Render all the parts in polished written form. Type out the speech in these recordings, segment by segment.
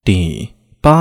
第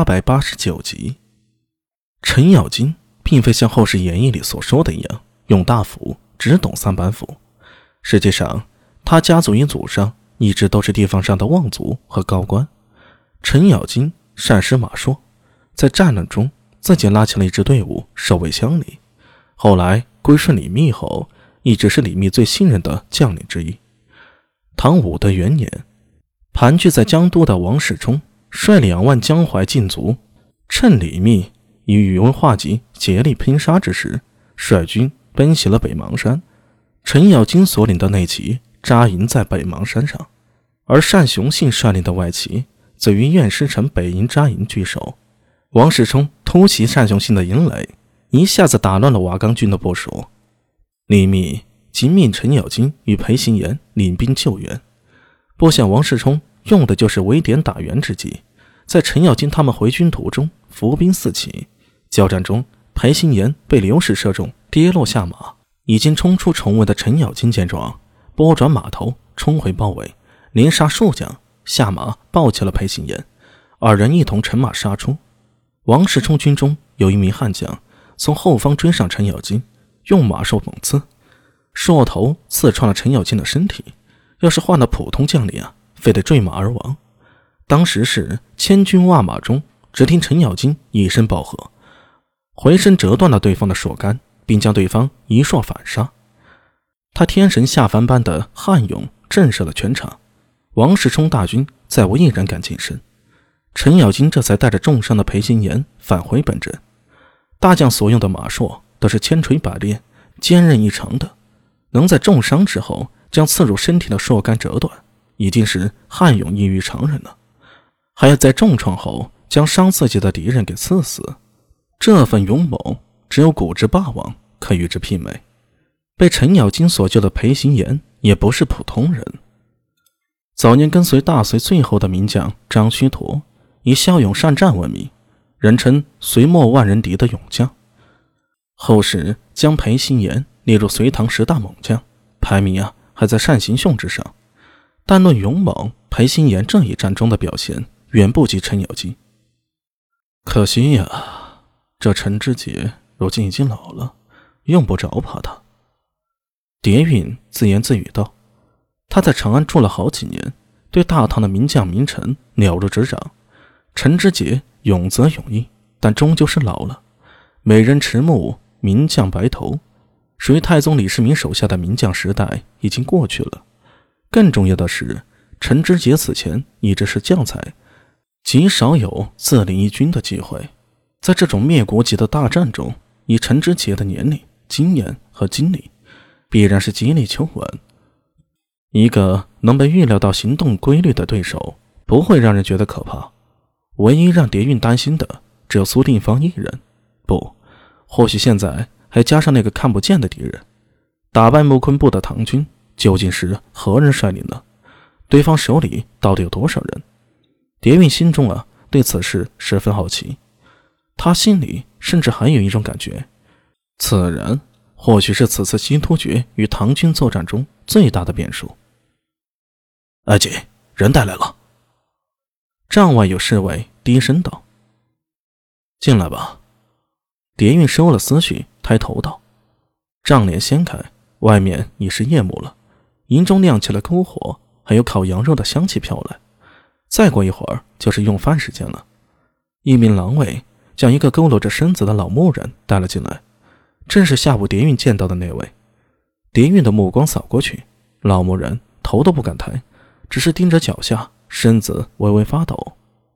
889集。程咬金并非像后世演义里所说的一样用大斧，只懂三板斧。实际上，他家族与祖上一直都是地方上的望族和高官。程咬金善使马槊，在战乱中自己拉起了一支队伍守卫乡里，后来归顺李密后，一直是李密最信任的将领之一。唐武德元年，盘踞在江都的王世充率2万江淮禁卒，趁李密以宇文化及竭力拼杀之时，率军奔袭了北邙山。程咬金所领的内骑扎营在北邙山上，而单雄信率领的外骑则于偃师城北营扎营据守。王世充突袭单雄信的营垒，一下子打乱了瓦岗军的部署。李密即命程咬金与裴行言领兵救援，不想王世充用的就是围点打援之计，在程咬金他们回军途中伏兵四起。交战中，裴行言被流矢射中，跌落下马。已经冲出重围的程咬金见状，拨转马头冲回包围，连杀数将，下马抱起了裴行言，二人一同乘马杀出。王世充军中有一名悍将从后方追上程咬金，用马槊猛刺，槊头刺穿了程咬金的身体，要是换了普通将领非得坠马而亡。当时是千军万马中，只听程咬金一声暴喝，回身折断了对方的槊杆，并将对方一槊反杀。他天神下凡般的悍勇震慑了全场，王世充大军再无一人敢近身。程咬金这才带着重伤的裴行言返回本阵。大将所用的马槊都是千锤百炼、坚韧异常的，能在重伤之后将刺入身体的槊杆折断，已经是悍勇异于常人了。还要在重创后将伤自己的敌人给刺死，这份勇猛只有古之霸王可与之媲美。被程咬金所救的裴行言也不是普通人，早年跟随大隋最后的名将张须陀，以骁勇善战闻名，人称隋末万人敌的勇将。后世将裴行言列入隋唐10大猛将，排名还在单行训之上。但论勇猛，裴行言这一战中的表现远不及程咬金。可惜这程知节如今已经老了，用不着怕他。蝶韵自言自语道，他在长安住了好几年，对大唐的名将名臣了如指掌。程知节勇则勇毅，但终究是老了，美人迟暮，名将白头，属于太宗李世民手下的名将时代已经过去了。更重要的是，程知节此前一直是将才，极少有自领一军的机会。在这种灭国级的大战中，以程知节的年龄、经验和精力，必然是极力求稳。一个能被预料到行动规律的对手，不会让人觉得可怕。唯一让蝶韵担心的只有苏定方一人，不，或许现在还加上那个看不见的敌人。打败木昆部的唐军究竟是何人率领呢？对方手里到底有多少人？蝶韵心中对此事十分好奇。他心里甚至还有一种感觉，此人或许是此次西突厥与唐军作战中最大的变数。阿姐，人带来了。帐外有侍卫低声道，进来吧。蝶韵收了思绪，抬头道。帐帘掀开，外面已是夜幕了，营中亮起了篝火，还有烤羊肉的香气飘来。再过一会儿就是用饭时间了。一名狼卫将一个佝偻着身子的老牧人带了进来，正是下午蝶韵见到的那位。蝶韵的目光扫过去，老牧人头都不敢抬，只是盯着脚下，身子微微发抖。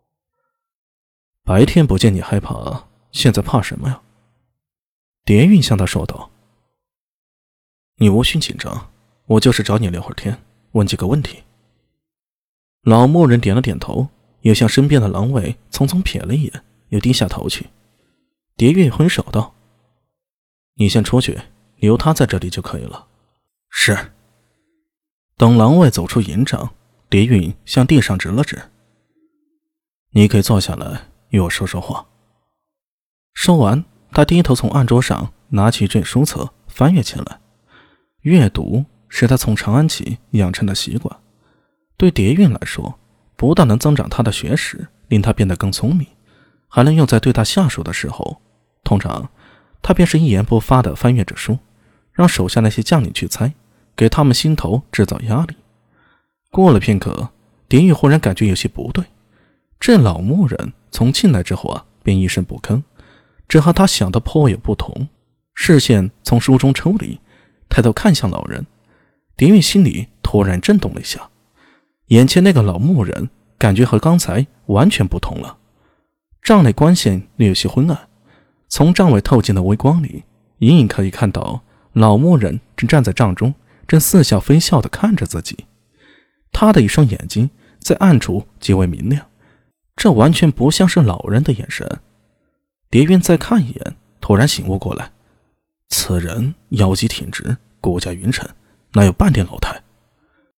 白天不见你害怕，现在怕什么呀？蝶韵向他说道。你无需紧张，我就是找你聊会儿天，问几个问题。老牧人点了点头，又向身边的狼卫匆匆瞥了一眼，又低下头去。蝶韵挥手道，你先出去，留他在这里就可以了。是。等狼卫走出营帐，蝶韵向地上指了指，你可以坐下来与我说说话。说完，他低头从案桌上拿起一卷书册翻阅起来。阅读是他从长安起养成的习惯，对蝶韵来说，不但能增长他的学识， 令他变得更聪明，还能用在对他下属的时候。通常他便是一言不发地翻阅着书，让手下那些将领去猜，给他们心头制造压力。过了片刻，蝶玉忽然感觉有些不对。这老牧人从进来之后便一声不吭，这和他想的颇有不同。视线从书中抽离，抬头看向老人，蝶玉心里突然震动了一下。眼前那个老牧人感觉和刚才完全不同了。帐内光线略有些昏暗，从帐外透进的微光里，隐隐可以看到老牧人正站在帐中，正似笑非笑地看着自己。他的一双眼睛在暗处极为明亮，这完全不像是老人的眼神。蝶云再看一眼，突然醒悟过来，此人腰肌挺直，骨架匀称，哪有半点老态。